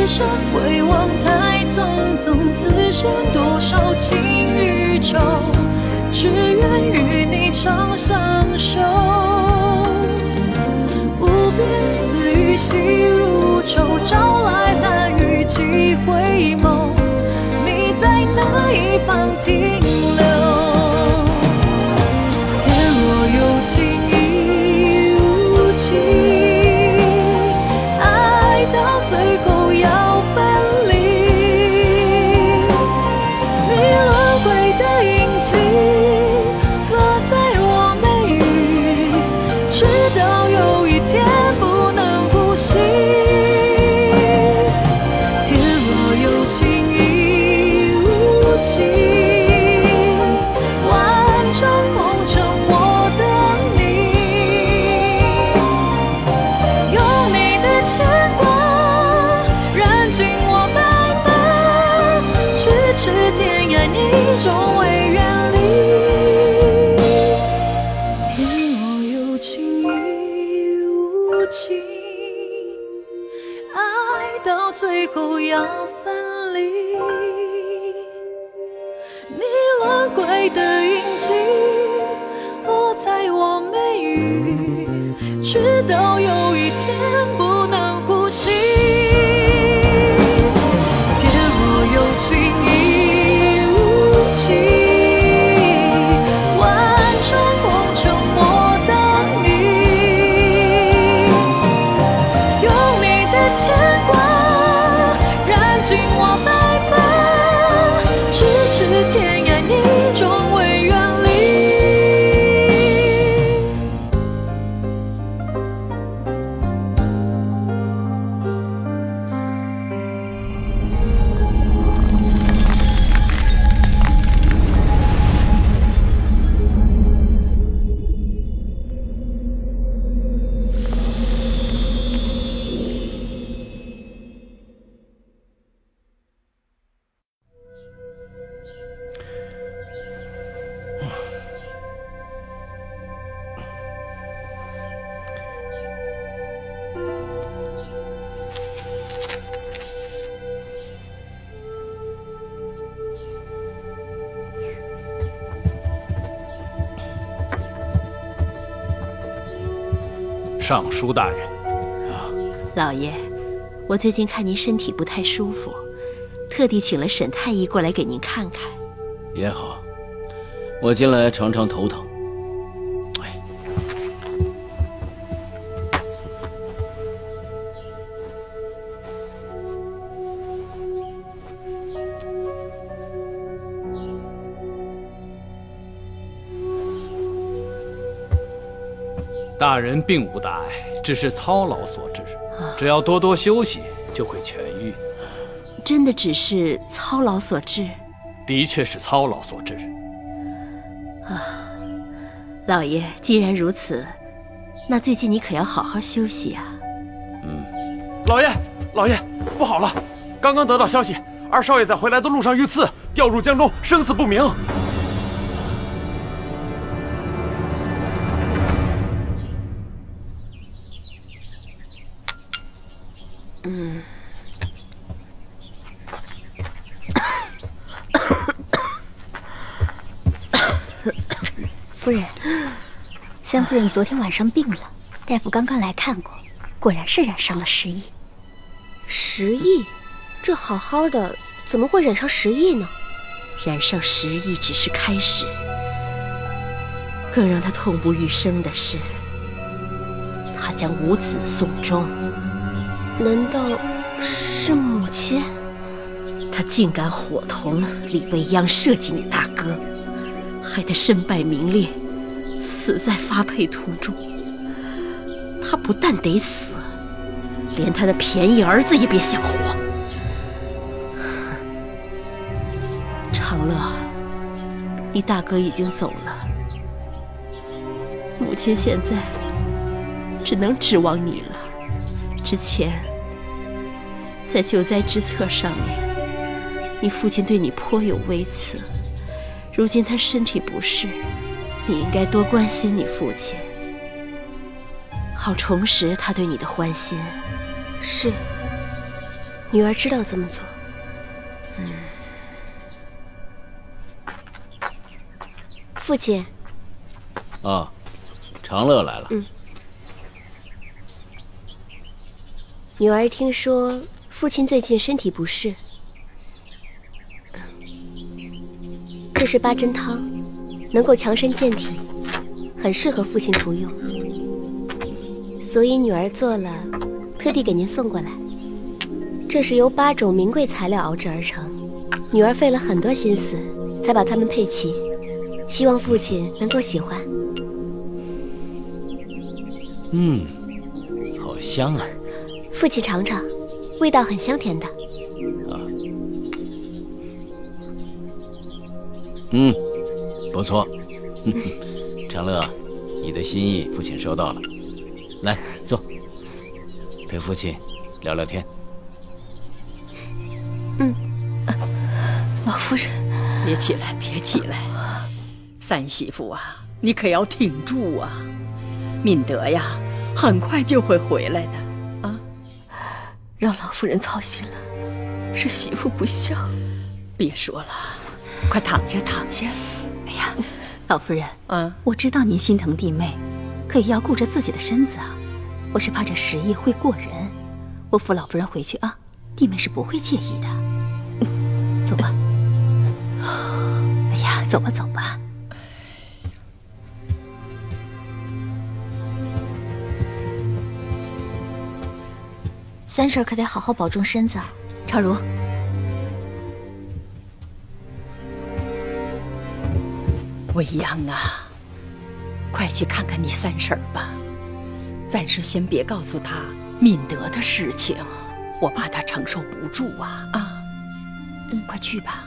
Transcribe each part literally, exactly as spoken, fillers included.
生回望太匆匆，此生多少情与愁，只愿与你长相守。无边丝雨细如愁，朝来寒雨几回眸，你在哪一方停留？天若有情亦无情，爱到最后要分离。你轮回的印记落在我眉宇，直到有一天不能呼吸。天若有情亦无情，万丈红尘我等你，用你的牵挂燃尽我白马，咫尺天涯你终未远离。天若有情亦无情，爱到最后要分离。你轮回的印记落在我眉宇，直到有一天不能呼吸。天若有情亦无情，万丈红尘我等你，用你的牵挂燃尽我白马，咫尺天涯你终未远离。 尚书大人， 老爷，我最近看您身体不太舒服，特地请了沈太医过来给您看看。 也好，我近来常常头疼。哎， 大人并无大碍，只是操劳所致，只要多多休息，就会痊愈。 真的只是操劳所致？ 的确是操劳所致。 啊，老爷，既然如此，那最近你可要好好休息啊。 嗯， 老爷，老爷，不好了！刚刚得到消息，二少爷在回来的路上遇刺，掉入江中，生死不明。 嗯。 夫人，三夫人昨天晚上病了，大夫刚刚来看过，果然是染上了时疫。 时疫？这好好的，怎么会染上时疫呢？ 染上时疫只是开始，更让他痛不欲生的是，他将无子送终。 难道是母亲？ 他竟敢伙同李未央设计你大哥，害他身败名裂，死在发配途中。他不但得死，连他的便宜儿子也别想活。长乐，你大哥已经走了，母亲现在只能指望你了。之前在救灾之册上面，你父亲对你颇有微词，如今他身体不适，你应该多关心你父亲，好重拾他对你的欢心。 是。 女儿知道怎么做。 嗯。 父亲。 啊，长乐来了。 嗯。女儿听说父亲最近身体不适，这是八珍汤，能够强身健体，很适合父亲服用，所以女儿做了，特地给您送过来。这是由八种名贵材料熬制而成，女儿费了很多心思才把它们配齐，希望父亲能够喜欢。 嗯，好香啊！ 父亲尝尝，味道很香甜的。 啊，嗯，不错。长乐，你的心意父亲收到了。来，坐，陪父亲聊聊天。 嗯， 老夫人， 别起来，别起来，三媳妇啊，你可要挺住啊！敏德呀，很快就会回来的啊！ 让老夫人操心了，是媳妇不孝。 别说了，快躺下，躺下。 哎呀，老夫人， 嗯， 我知道您心疼弟妹，可也要顾着自己的身子啊。我是怕这食意会过人，我扶老夫人回去啊，弟妹是不会介意的。嗯，走吧。哎呀，走吧，走吧。 三婶可得好好保重身子啊。 超如， 未央啊，快去看看你三婶吧，暂时先别告诉她敏德的事情，我怕她承受不住啊啊！嗯，快去吧。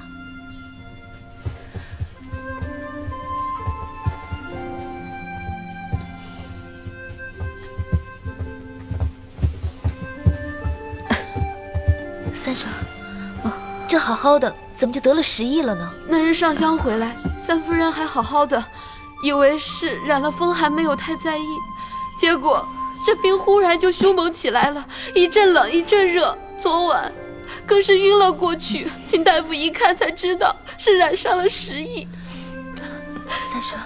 三婶，这好好的，怎么就得了食疫了呢？ 那日上香回来，三夫人还好好的，以为是染了风，还没有太在意，结果这病忽然就凶猛起来了，一阵冷一阵热，昨晚更是晕了过去。请大夫一看才知道是染上了食疫。 三婶，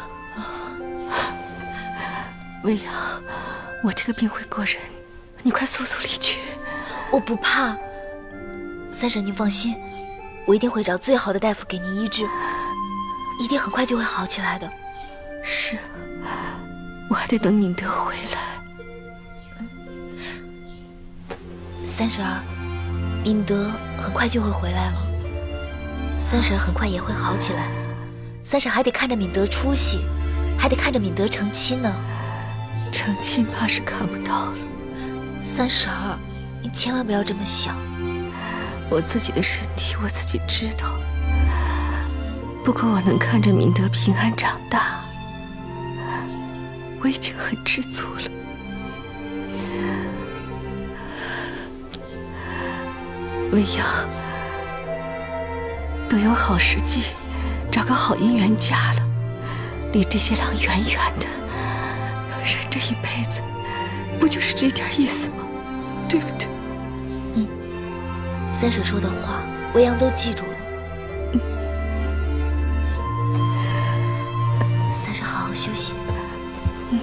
未央，我这个病会过人，你快速速离去。 我不怕。三婶，您放心，我一定会找最好的大夫给您医治，一定很快就会好起来的。 是，我还得等敏德回来。 三婶儿，敏德很快就会回来了，三婶很快也会好起来。三婶还得看着敏德出息，还得看着敏德成亲呢。 成亲怕是看不到了。 三婶儿，您千万不要这么想。 我自己的身体我自己知道，不过我能看着敏德平安长大，我已经很知足了。未央，等有好时机，找个好姻缘嫁了，离这些郎远远的，人这一辈子不就是这点意思吗？对不对？ 嗯，三婶说的话，未央都记住了。嗯，三婶好好休息。 嗯。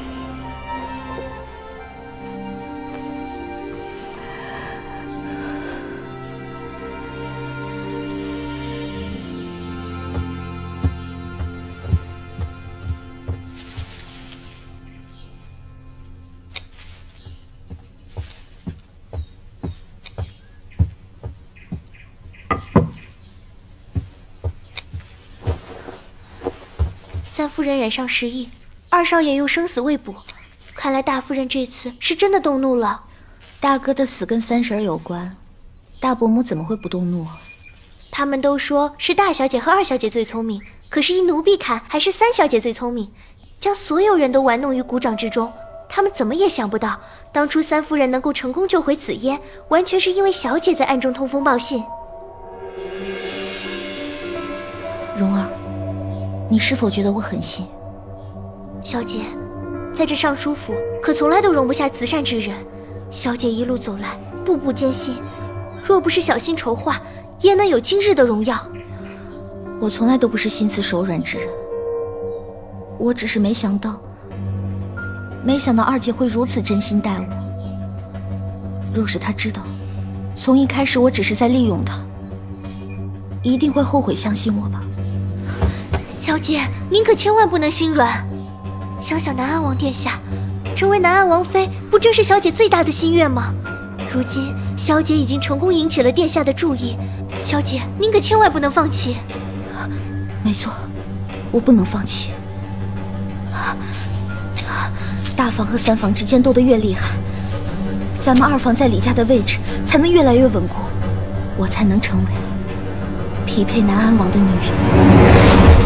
三夫人染上食疫，二少爷又生死未卜，看来大夫人这次是真的动怒了。 大哥的死跟三婶有关，大伯母怎么会不动怒？ 他们都说是大小姐和二小姐最聪明，可是依奴婢看，还是三小姐最聪明，将所有人都玩弄于股掌之中。他们怎么也想不到，当初三夫人能够成功救回紫嫣，完全是因为小姐在暗中通风报信。 蓉儿，你是否觉得我狠心？ 小姐，在这尚书府可从来都容不下慈善之人。小姐一路走来，步步艰辛， 若不是小心筹划，焉能有今日的荣耀？ 我从来都不是心慈手软之人，我只是没想到，没想到二姐会如此真心待我。若是她知道，从一开始我只是在利用她，一定会后悔相信我吧。 小姐，您可千万不能心软。想想南安王殿下，成为南安王妃，不正是小姐最大的心愿吗？如今小姐已经成功引起了殿下的注意，小姐您可千万不能放弃。 没错，我不能放弃。大房和三房之间斗得越厉害，咱们二房在李家的位置才能越来越稳固，我才能成为匹配南安王的女人。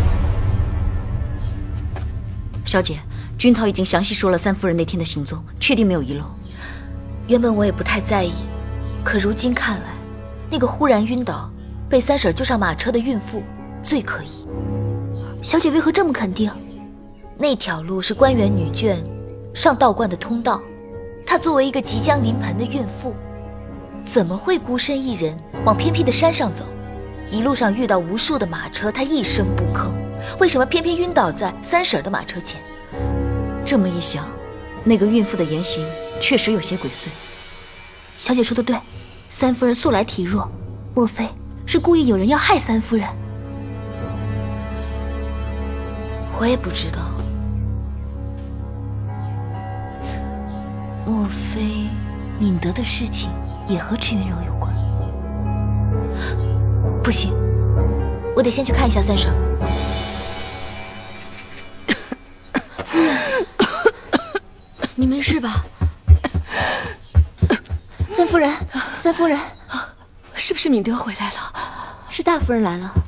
小姐，君涛已经详细说了三夫人那天的行踪，确定没有遗漏。原本我也不太在意，可如今看来，那个忽然晕倒被三婶救上马车的孕妇最可疑。小姐为何这么肯定？那条路是关原女眷上道观的通道，她作为一个即将临盆的孕妇，怎么会孤身一人往偏僻的山上走？一路上遇到无数的马车，她一声不吭，为什么偏偏晕倒在三婶的马车前？这么一想，那个孕妇的言行确实有些鬼祟。小姐说的对，三夫人素来体弱，莫非是故意有人要害三夫人？我也不知道。莫非敏德的事情也和池云柔有关？不行，我得先去看一下三婶。夫人，你没事吧？ 三夫人，三夫人， 是不是敏德回来了？ 是大夫人来了。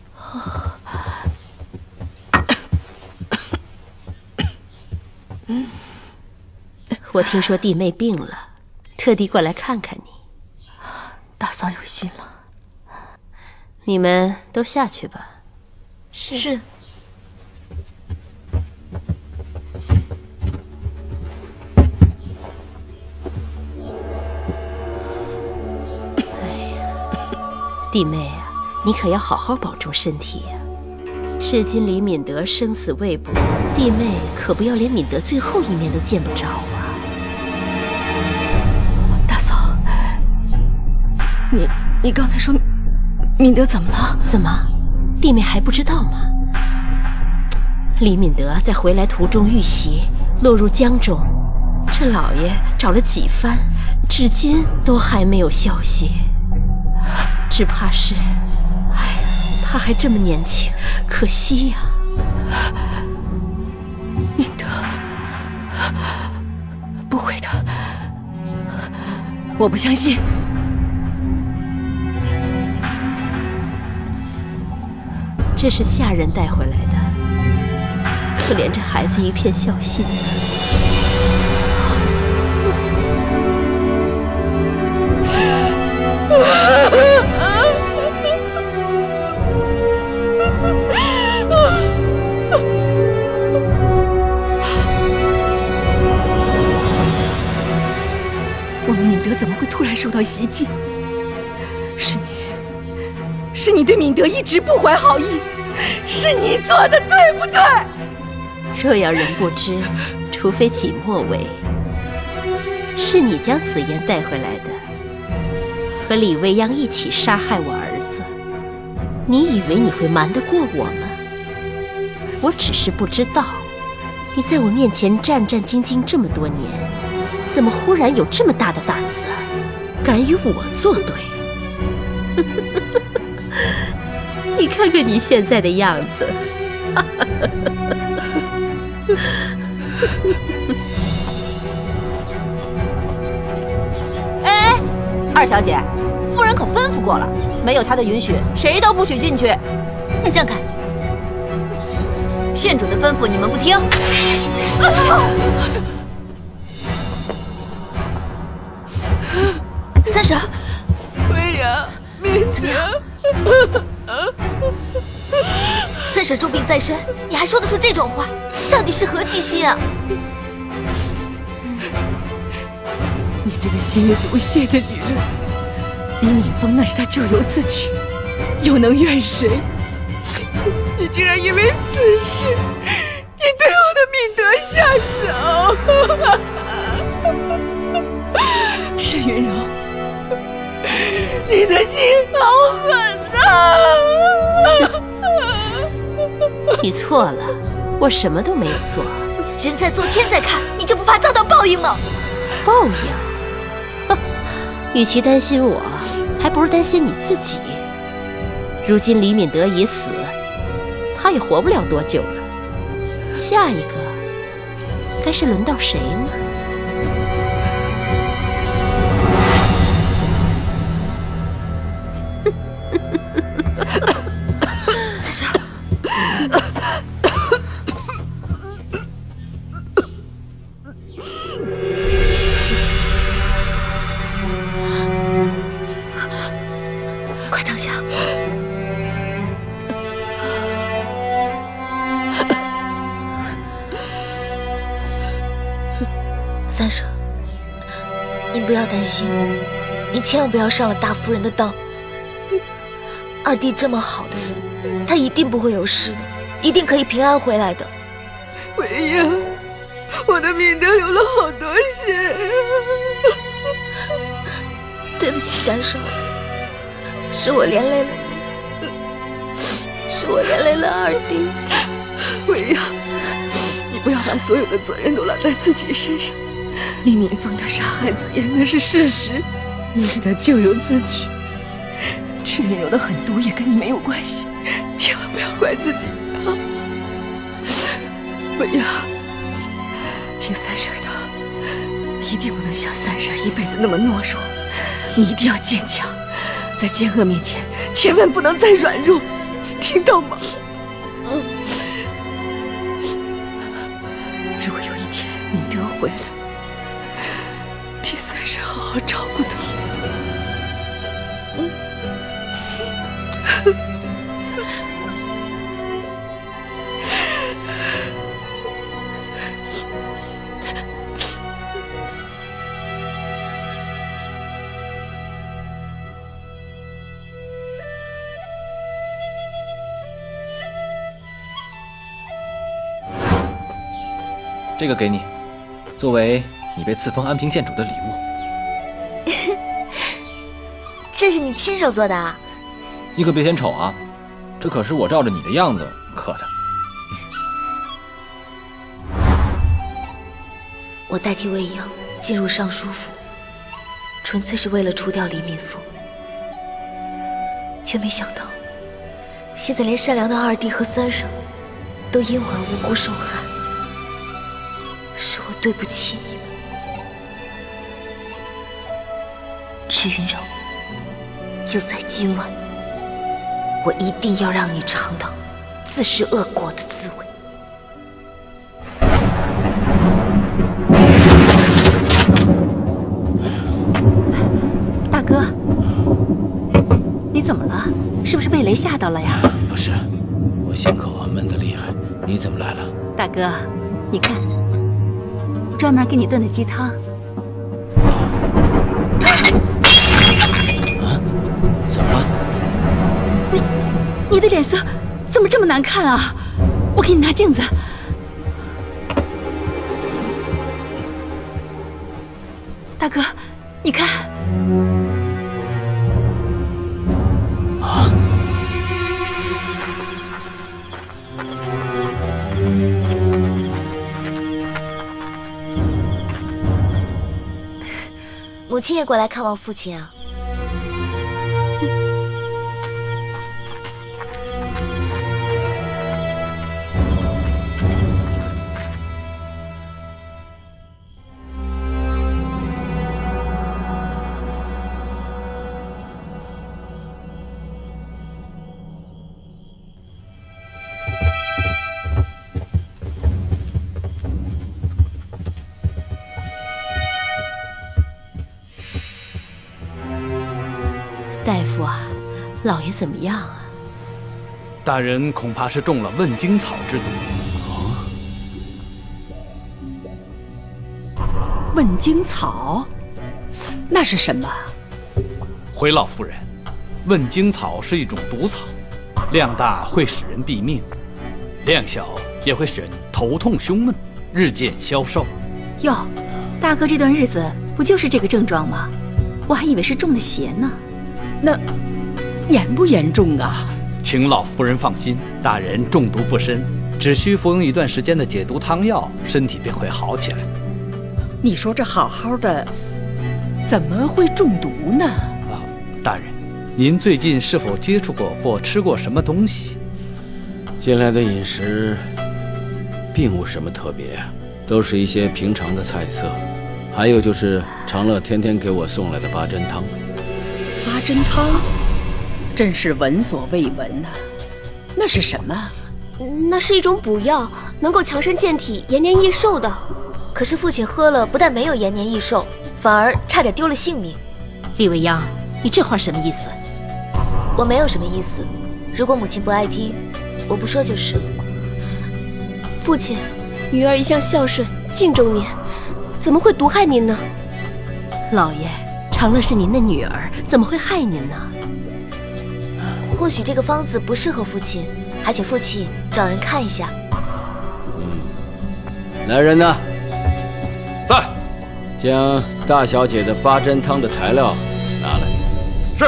我听说弟妹病了，特地过来看看你。 大嫂有心了。 你们都下去吧。 是。是。 弟妹啊，你可要好好保重身体呀、啊！至今李敏德生死未卜，弟妹可不要连敏德最后一面都见不着啊！ 大嫂，你你刚才说敏德怎么了？ 怎么，弟妹还不知道吗？李敏德在回来途中遇袭，落入江中，这老爷找了几番，至今都还没有消息。只怕是，哎呀，他还这么年轻，可惜呀、啊。 敏德，不会的，我不相信。 这是下人带回来的，可怜这孩子一片孝心。 我们敏德怎么会突然受到袭击？是你，是你对敏德一直不怀好意，是你做的，对不对？ 若要人不知，除非己莫为。是你将紫妍带回来的，和李未央一起杀害我儿子。你以为你会瞒得过我吗？我只是不知道，你在我面前战战兢兢这么多年，怎么忽然有这么大的胆子，敢与我作对？你看看你现在的样子。 哎，二小姐，夫人可吩咐过了，没有她的允许，谁都不许进去。 让开！县主的吩咐你们不听。三婶， 薇娅，敏德， 三婶重病在身，你还说得出这种话，到底是何居心啊？ 你这个心有毒蝎的女人， 李敏峰那是他咎由自取，又能怨谁？你竟然因为此事，你对我的敏德下手！沈云柔，你的心好狠呐！ 你错了，我什么都没有做。 人在做天在看，你就不怕遭到报应吗？ 报应？哼，与其担心我，还不如担心你自己。如今李敏德已死，他也活不了多久了。下一个，该是轮到谁呢？ 三婶，快躺下。三婶，您不要担心，您千万不要上了大夫人的当。二弟这么好的人，他一定不会有事的，一定可以平安回来的。 维亚，我的敏德流了好多血。 对不起，三婶，是我连累了你，是我连累了二弟。 维亚，你不要把所有的责任都揽在自己身上。李敏峰他杀害子言那是事实，那是他咎由自取。赤云柔的狠毒也跟你没有关系，千万不要怪自己啊！维亚，听三婶的，一定不能像三婶一辈子那么懦弱，你一定要坚强，在奸恶面前千万不能再软弱，听到吗？如果有一天敏德回来，替三婶好好照顾他。 这个给你，作为你被赐封安平县主的礼物。 这是你亲手做的啊？ 你可别嫌丑啊，这可是我照着你的样子刻的。 我代替未央进入尚书府，纯粹是为了除掉李敏峰，却没想到，现在连善良的二弟和三婶都因我而无辜受害。是我对不起你们，赤云柔。就在今晚，我一定要让你尝到自食恶果的滋味。 大哥，你怎么了？是不是被雷吓到了呀？ 不是，我心口啊闷得厉害。你怎么来了？ 大哥，你看。专门给你炖的鸡汤。 啊？怎么了？ 你，你的脸色怎么这么难看啊？我给你拿镜子。大哥，你看。 啊！ 母亲也过来看望父亲啊。 大夫啊，老爷怎么样啊？ 大人恐怕是中了问精草之毒。 问精草，那是什么？ 回老夫人，问经草是一种毒草，量大会使人毙命，量小也会使人头痛胸闷，日渐消瘦。 哟，大哥这段日子不就是这个症状吗？我还以为是中了邪呢。 那严不严重啊？ 请老夫人放心，大人中毒不深，只需服用一段时间的解毒汤药，身体便会好起来。 你说这好好的，怎么会中毒呢？ 啊，大人，您最近是否接触过或吃过什么东西？ 近来的饮食并无什么特别，都是一些平常的菜色，还有就是长乐天天给我送来的八珍汤。 八珍汤，真是闻所未闻呐、啊！那是什么？ 那是一种补药，能够强身健体、延年益寿的。 可是父亲喝了，不但没有延年益寿，反而差点丢了性命。 李未央，你这话什么意思？ 我没有什么意思，如果母亲不爱听，我不说就是了。 父亲，女儿一向孝顺敬重您，怎么会毒害您呢？ 老爷，长乐是您的女儿，怎么会害您呢？ 或许这个方子不适合父亲，还请父亲找人看一下。 嗯，来人呐， 在， 将大小姐的八珍汤的材料拿来。 是。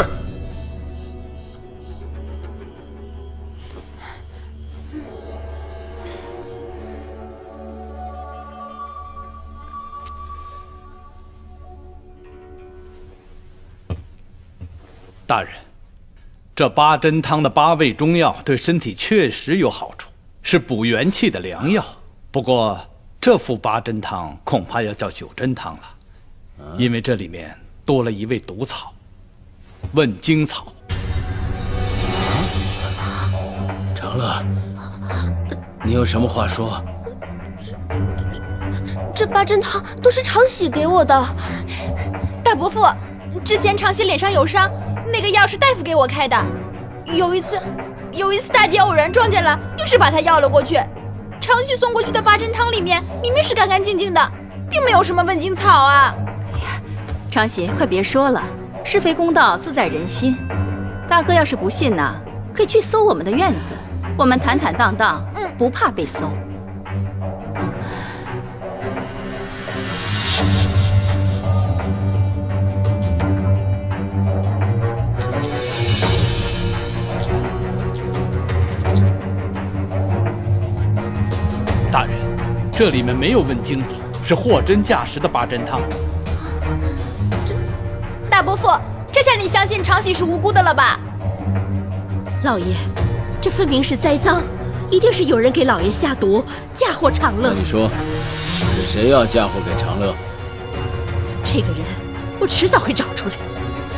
大人，这八珍汤的八味中药对身体确实有好处，是补元气的良药。不过这副八珍汤恐怕要叫九珍汤了，因为这里面多了一味毒草——问经草。 长乐，你有什么话说？ 这八珍汤都是常喜给我的。 大伯父，之前常喜脸上有伤，那个药是大夫给我开的。有一次，有一次大姐偶然撞见了，硬是把它要了过去。常喜送过去的八珍汤里面明明是干干净净的，并没有什么问经草啊！ 哎呀，常喜，快别说了，是非公道自在人心。大哥要是不信呢，可以去搜我们的院子，我们坦坦荡荡，嗯，不怕被搜。 大人，这里面没有问经草，是货真价实的八珍汤。 大伯父，这下你相信常喜是无辜的了吧？ 老爷，这分明是栽赃，一定是有人给老爷下毒，嫁祸长乐。 你说，是谁要嫁祸给长乐？ 这个人，我迟早会找出来。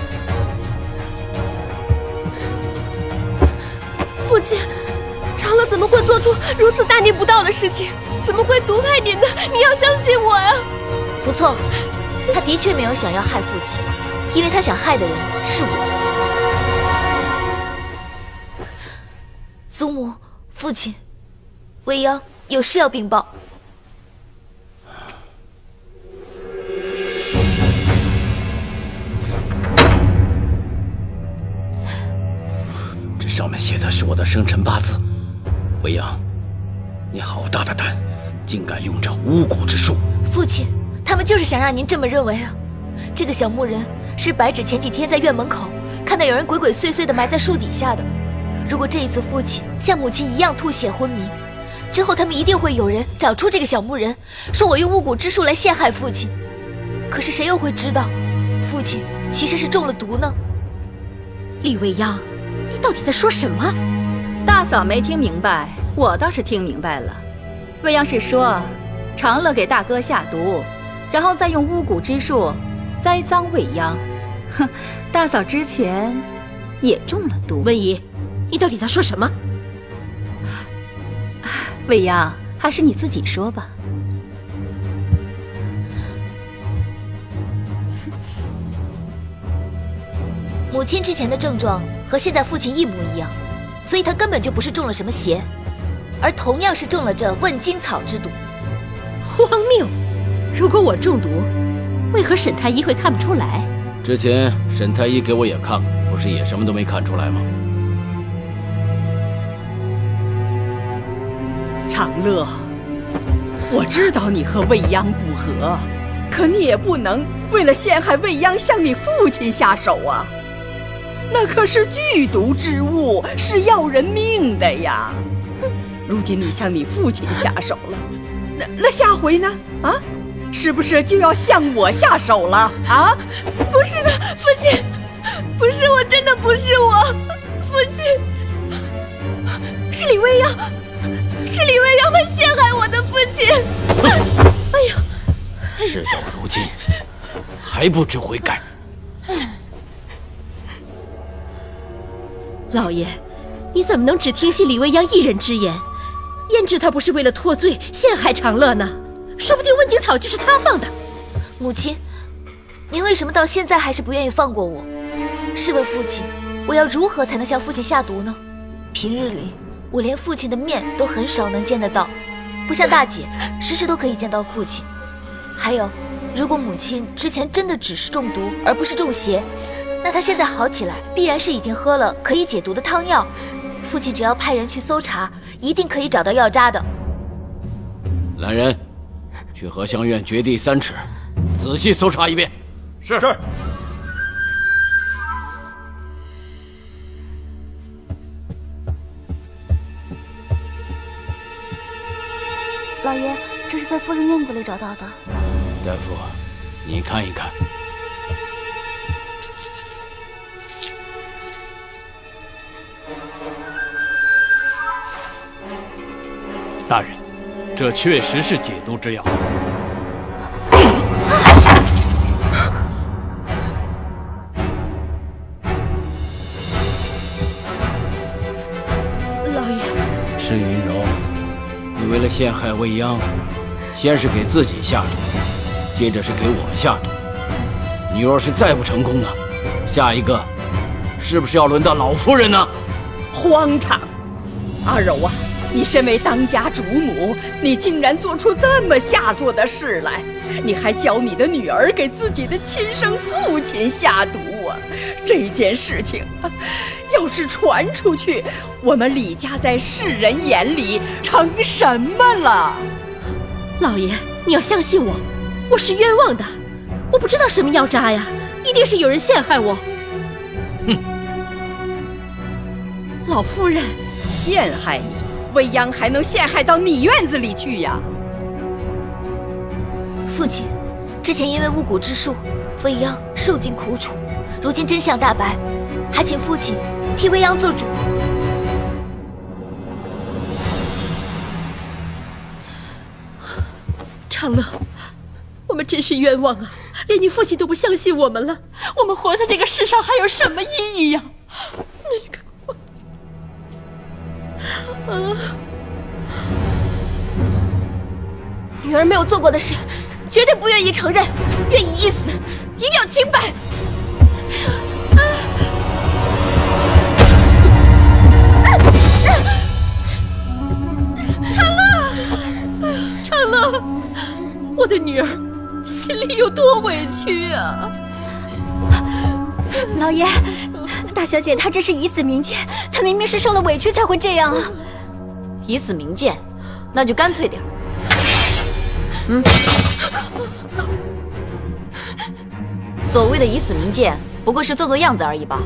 父亲，长乐怎么会做出如此大逆不道的事情？怎么会毒害您呢？你要相信我呀！ 不错，他的确没有想要害父亲，因为他想害的人是我。祖母、父亲，未央有事要禀报。 这上面写的是我的生辰八字。未央，你好大的胆，竟敢用这巫蛊之术！ 父亲，他们就是想让您这么认为啊。这个小木人是白芷前几天在院门口看到有人鬼鬼祟祟的埋在树底下的。如果这一次父亲像母亲一样吐血昏迷，之后他们一定会有人找出这个小木人，说我用巫蛊之术来陷害父亲。可是谁又会知道，父亲其实是中了毒呢？ 李未央，你到底在说什么？ 大嫂没听明白，我倒是听明白了。未央是说，长乐给大哥下毒，然后再用巫蛊之术栽赃未央。哼，大嫂之前也中了毒。 温姨，你到底在说什么？ 未央，还是你自己说吧。 母亲之前的症状和现在父亲一模一样，所以她根本就不是中了什么邪，而同样是中了这问经草之毒。 荒谬！如果我中毒，为何沈太医会看不出来？ 之前沈太医给我也看过，不是也什么都没看出来吗？ 长乐，我知道你和未央不和，可你也不能为了陷害未央向你父亲下手啊！那可是剧毒之物，是要人命的呀！如今你向你父亲下手了，那那下回呢？啊，是不是就要向我下手了？啊？ 不是的，父亲，不是我，真的不是我，父亲，是李未央，是李未央，他陷害我的父亲。哎呀， 事到如今，还不知悔改。 老爷，你怎么能只听信李未央一人之言？胭脂她不是为了脱罪陷害长乐呢？说不定温景草就是他放的。 母亲，您为什么到现在还是不愿意放过我？试问父亲，我要如何才能向父亲下毒呢？平日里我连父亲的面都很少能见得到，不像大姐时时都可以见到父亲。还有，如果母亲之前真的只是中毒而不是中邪，那她现在好起来必然是已经喝了可以解毒的汤药。父亲只要派人去搜查，一定可以找到药渣的。 来人，去荷香院掘地三尺，仔细搜查一遍。 是是。 老爷，这是在夫人院子里找到的。 大夫，你看一看。 大人，这确实是解毒之药。 老爷， 施云柔，你为了陷害未央，先是给自己下毒，接着是给我下毒。你若是再不成功呢，下一个是不是要轮到老夫人呢？ 荒唐！阿柔啊，你身为当家主母，你竟然做出这么下作的事来！你还教你的女儿给自己的亲生父亲下毒啊！这件事情要是传出去，我们李家在世人眼里成什么了？ 老爷，你要相信我，我是冤枉的，我不知道什么药渣呀，一定是有人陷害我。 哼！ 老夫人，陷害你，未央还能陷害到你院子里去呀？ 父亲，之前因为巫蛊之术，未央受尽苦楚，如今真相大白，还请父亲替未央做主。 长乐，我们真是冤枉啊！连你父亲都不相信我们了，我们活在这个世上还有什么意义呀？那个。啊！女儿没有做过的事，绝对不愿意承认，愿意一死，一定要清白。啊！长乐，长乐，我的女儿心里有多委屈啊！ 老爷，大小姐她这是以死明谏，她明明是受了委屈才会这样啊！ 以死明谏，那就干脆点。嗯，所谓的以死明谏，不过是做做样子而已吧。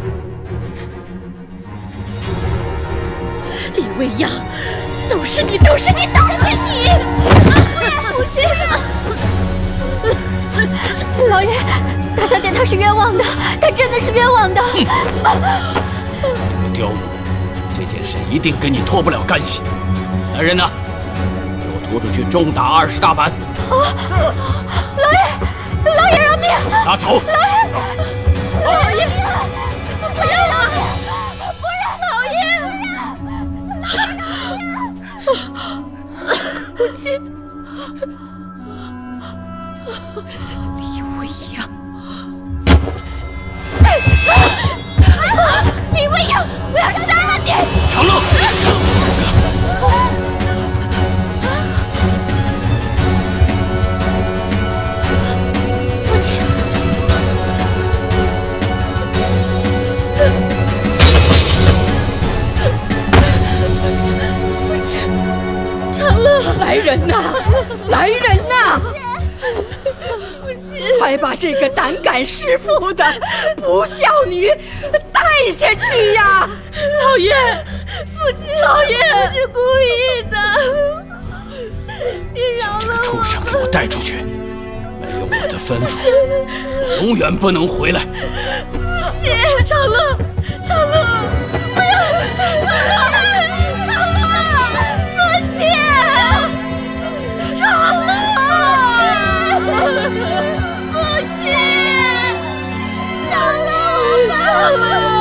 李未央，都是你，都是你，都是你！ 母亲，老爷，大小姐她是冤枉的，她真的是冤枉的。 你们刁民，这件事一定跟你脱不了干系。来人呐，给我拖出去重打二十大板！ 啊！老爷，老爷饶命！ 拿走！ 老爷，老爷，不要了！不然，老爷！母亲，李未央， 李未央，我要杀了你！ 长乐。 父亲， 来人呐，来人呐！父亲，快把这个胆敢弑父的不孝女带下去呀！ 老爷，父亲，老爷，我是故意的，你饶了我！ 将这个畜生给我带出去！没有我的吩咐，永远不能回来。 父亲，长乐，长乐，不要！长乐，父亲，长乐，父亲，长乐，长乐。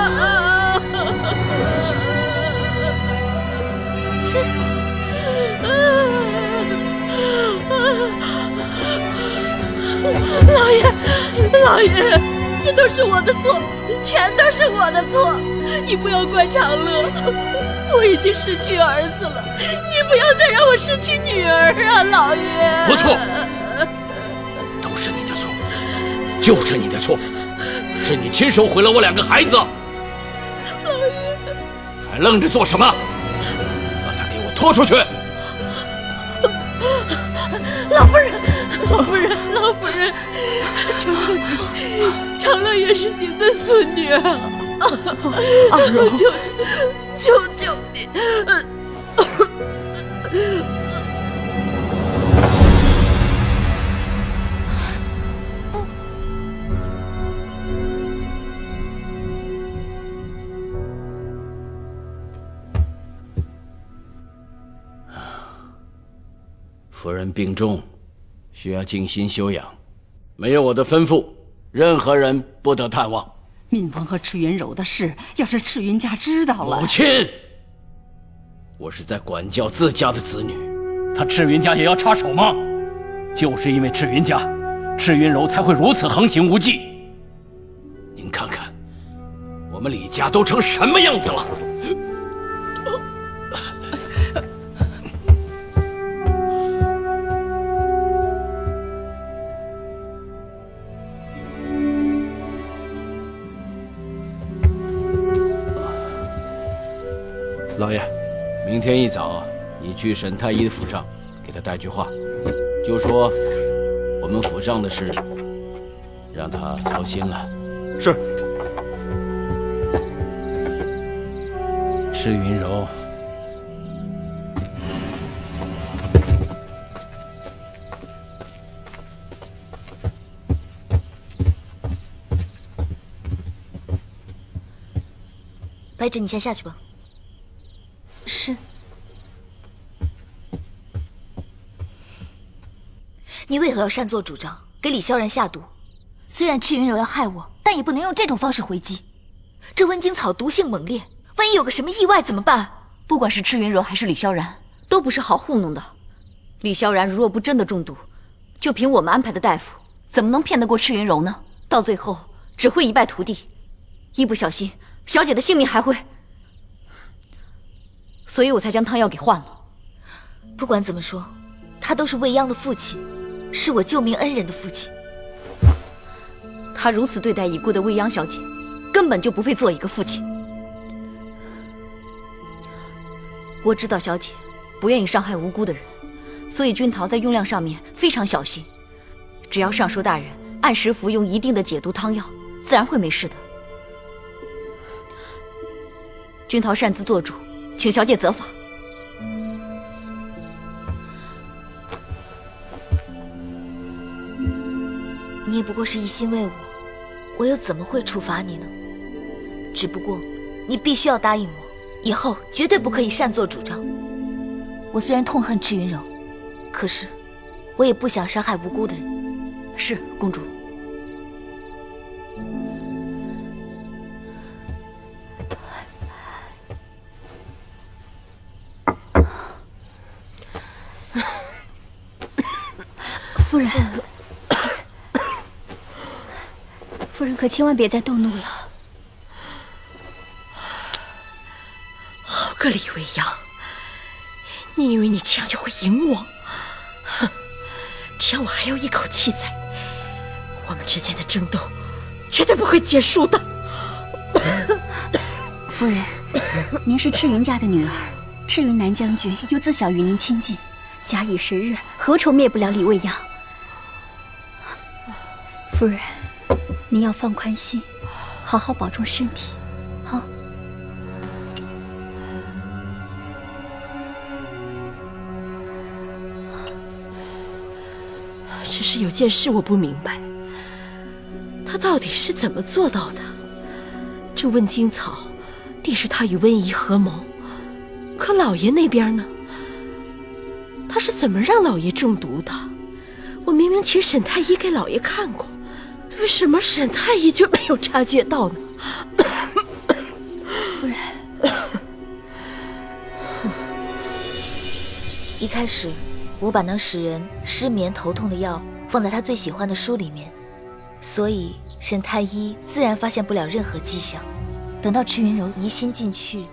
老爷，老爷，这都是我的错，全都是我的错，你不要怪长乐，我已经失去儿子了，你不要再让我失去女儿啊，老爷。 不错，都是你的错，就是你的错，是你亲手毁了我两个孩子。 老爷， 还愣着做什么？把他给我拖出去！ 老夫人，老夫人，老夫人，求求你，长乐也是您的孙女啊！ 阿荣， 求求求求你！ 夫人病重，需要静心休养，没有我的吩咐，任何人不得探望。 闵王和赤云柔的事，要是赤云家知道了， 母亲，我是在管教自家的子女，他赤云家也要插手吗？就是因为赤云家，赤云柔才会如此横行无忌。您看看，我们李家都成什么样子了？ 老爷， 明天一早，你去沈太医府上，给他带句话，就说我们府上的事，让他操心了。 是。 赤云柔， 白芷，你先下去吧。 是。 你为何要擅作主张，给李萧然下毒？虽然赤云柔要害我，但也不能用这种方式回击。这温经草毒性猛烈，万一有个什么意外怎么办？ 不管是赤云柔还是李萧然，都不是好糊弄的。李萧然如若不真的中毒，就凭我们安排的大夫，怎么能骗得过赤云柔呢？到最后只会一败涂地，一不小心，小姐的性命还会……所以我才将汤药给换了。 不管怎么说，他都是未央的父亲，是我救命恩人的父亲。 他如此对待已故的未央小姐，根本就不配做一个父亲。我知道小姐不愿意伤害无辜的人，所以君桃在用量上面非常小心。只要尚书大人按时服用一定的解毒汤药，自然会没事的。君桃擅自做主，请小姐责罚。 你也不过是一心为我，我又怎么会处罚你呢？只不过，你必须要答应我，以后绝对不可以擅作主张。我虽然痛恨赤云柔，可是我也不想伤害无辜的人。 是，公主。 夫人，夫人可千万别再动怒了。 好个李未央，你以为你这样就会赢我？哼！只要我还有一口气在，我们之间的争斗绝对不会结束的。 夫人，您是赤云家的女儿，赤云南将军又自小与您亲近， 假以时日，何愁灭不了李未央？夫人，您要放宽心，好好保重身体，好。 只是有件事我不明白，他到底是怎么做到的？这问金草，定是他与温宜合谋，可老爷那边呢？他是怎么让老爷中毒的？我明明请沈太医给老爷看过，为什么沈太医却没有察觉到呢？ 夫人， 一开始我把能使人失眠头痛的药放在他最喜欢的书里面，所以沈太医自然发现不了任何迹象。等到赤云柔疑心进去，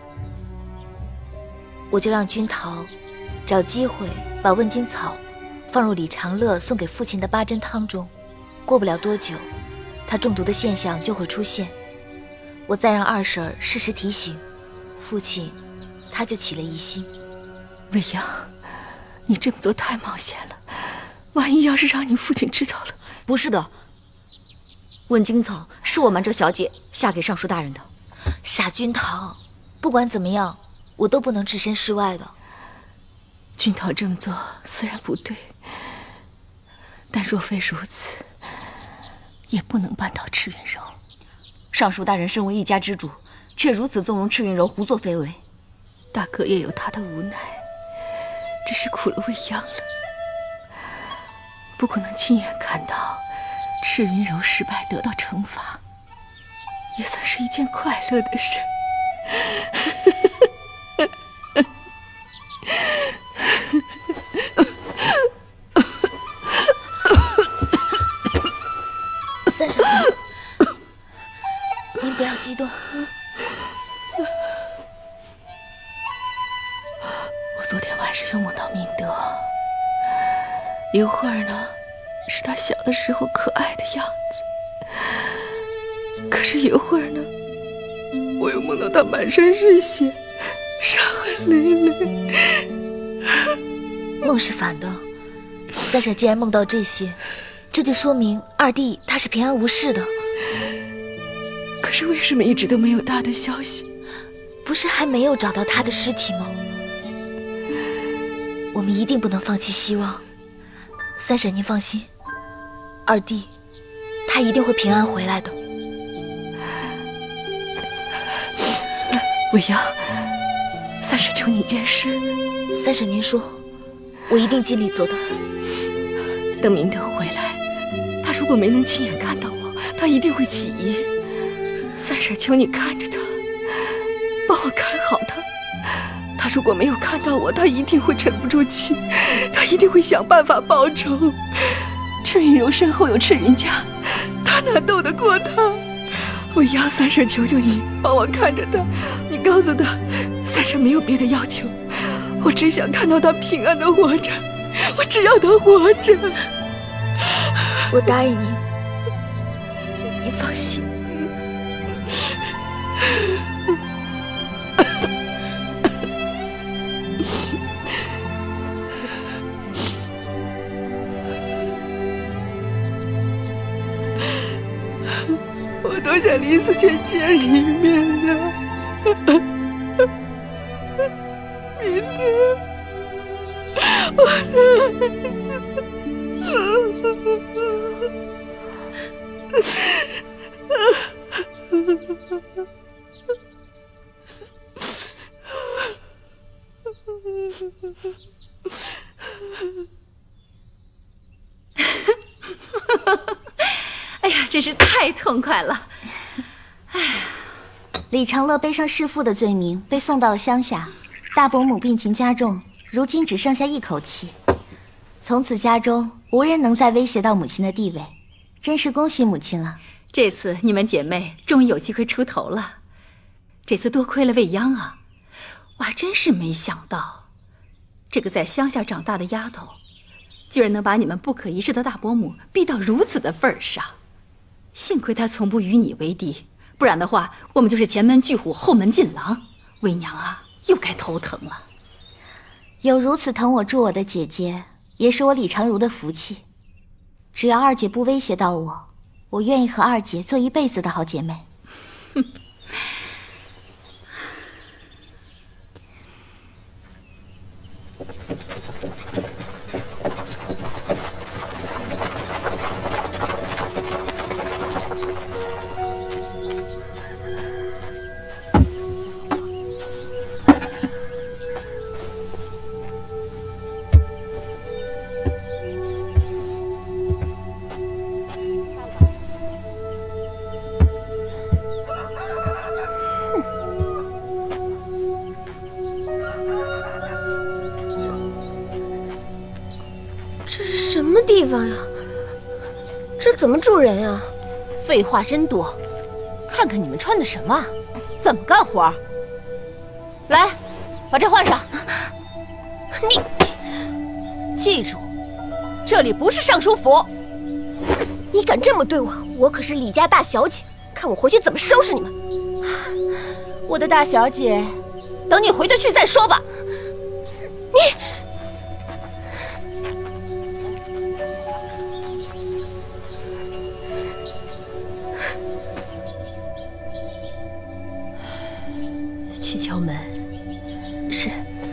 我就让君桃找机会把问金草放入李长乐送给父亲的八珍汤中，过不了多久，他中毒的现象就会出现。我再让二婶适时提醒父亲，他就起了疑心。 未央，你这么做太冒险了，万一要是让你父亲知道了…… 不是的，问金草是我瞒着小姐下给尚书大人的。 傻君桃，不管怎么样，我都不能置身事外的。 君桃这么做虽然不对，但若非如此，也不能扳倒赤云柔。 尚书大人身为一家之主，却如此纵容赤云柔胡作非为。 大哥也有他的无奈，只是苦了未央了。不过能亲眼看到赤云柔失败得到惩罚，也算是一件快乐的事。 三婶，您不要激动。 我昨天晚上又梦到明德，一会儿呢是他小的时候可爱的样子，可是一会儿呢，我又梦到他满身是血，伤痕累累。 梦是反的，三婶既然梦到这些，这就说明二弟他是平安无事的。 可是为什么一直都没有他的消息？ 不是还没有找到他的尸体吗？我们一定不能放弃希望。三婶您放心，二弟他一定会平安回来的。 未央，三婶求你一件事。 三婶您说，我一定尽力做到。 等明德回来，他如果没能亲眼看到我，他一定会起疑。三婶求你看着他，帮我看好他。他如果没有看到我，他一定会沉不住气，他一定会想办法报仇。赤云柔身后有赤云家，他哪斗得过他？未央，三婶求求你帮我看着他，你告诉他，三婶没有别的要求，我只想看到他平安的活着，我只要他活着。 我答应你，你放心。 我多想临死前见一面的，明德，我的哎呀，真是太痛快了！ 哎呀，李长乐背上弑父的罪名，被送到了乡下。大伯母病情加重，如今只剩下一口气。从此家中无人能再威胁到母亲的地位，真是恭喜母亲了。 这次你们姐妹终于有机会出头了。这次多亏了未央啊，我还真是没想到，这个在乡下长大的丫头，居然能把你们不可一世的大伯母逼到如此的份儿上。幸亏她从不与你为敌，不然的话，我们就是前门拒虎，后门进狼，为娘啊，又该头疼了。 有如此疼我助我的姐姐，也是我李长如的福气。只要二姐不威胁到我，我愿意和二姐做一辈子的好姐妹。 什么地方呀？这怎么住人呀？ 废话真多，看看你们穿的什么，怎么干活？来，把这换上。你记住，这里不是尚书府。 你敢这么对我，我可是李家大小姐，看我回去怎么收拾你们！ 我的大小姐，等你回得去再说吧。 你。 去敲门。 是。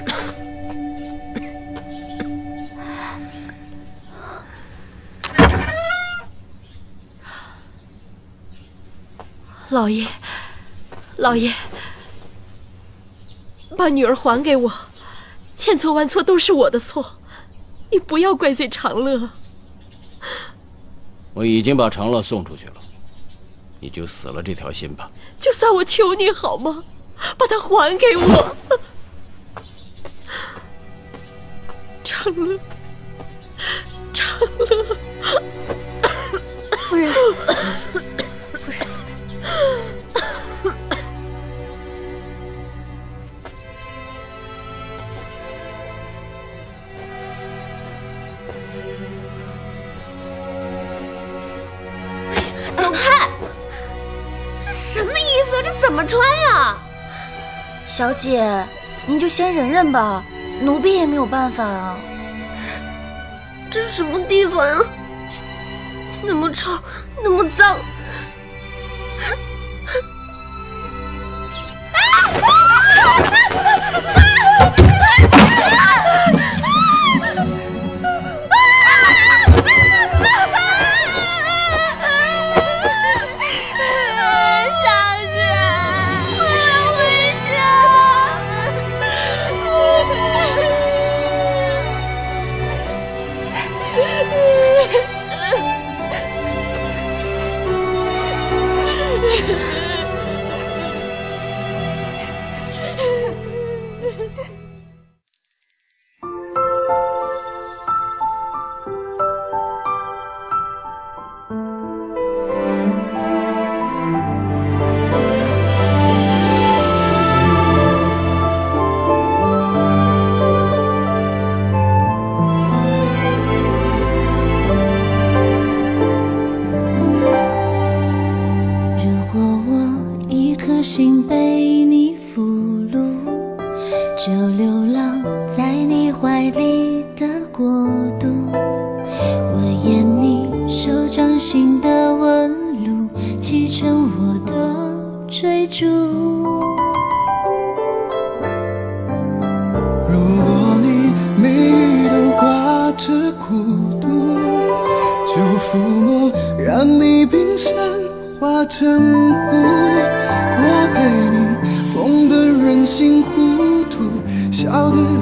老爷，老爷，把女儿还给我，千错万错都是我的错，你不要怪罪长乐。 我已经把长乐送出去了，你就死了这条心吧。 就算我求你好吗？把它还给我。长乐，长乐， 夫人，夫人。 走开！ 这什么衣服？这怎么穿呀？ 小姐，您就先忍忍吧，奴婢也没有办法啊。 这是什么地方呀？那么臭，那么脏。 心被你俘虏，就流浪在你怀里的国度。我演你手掌心的纹路，砌成我的追逐。 如果你眉宇都挂着孤独，就抚摸，让你冰山化成湖。我陪你疯得人心糊涂，笑得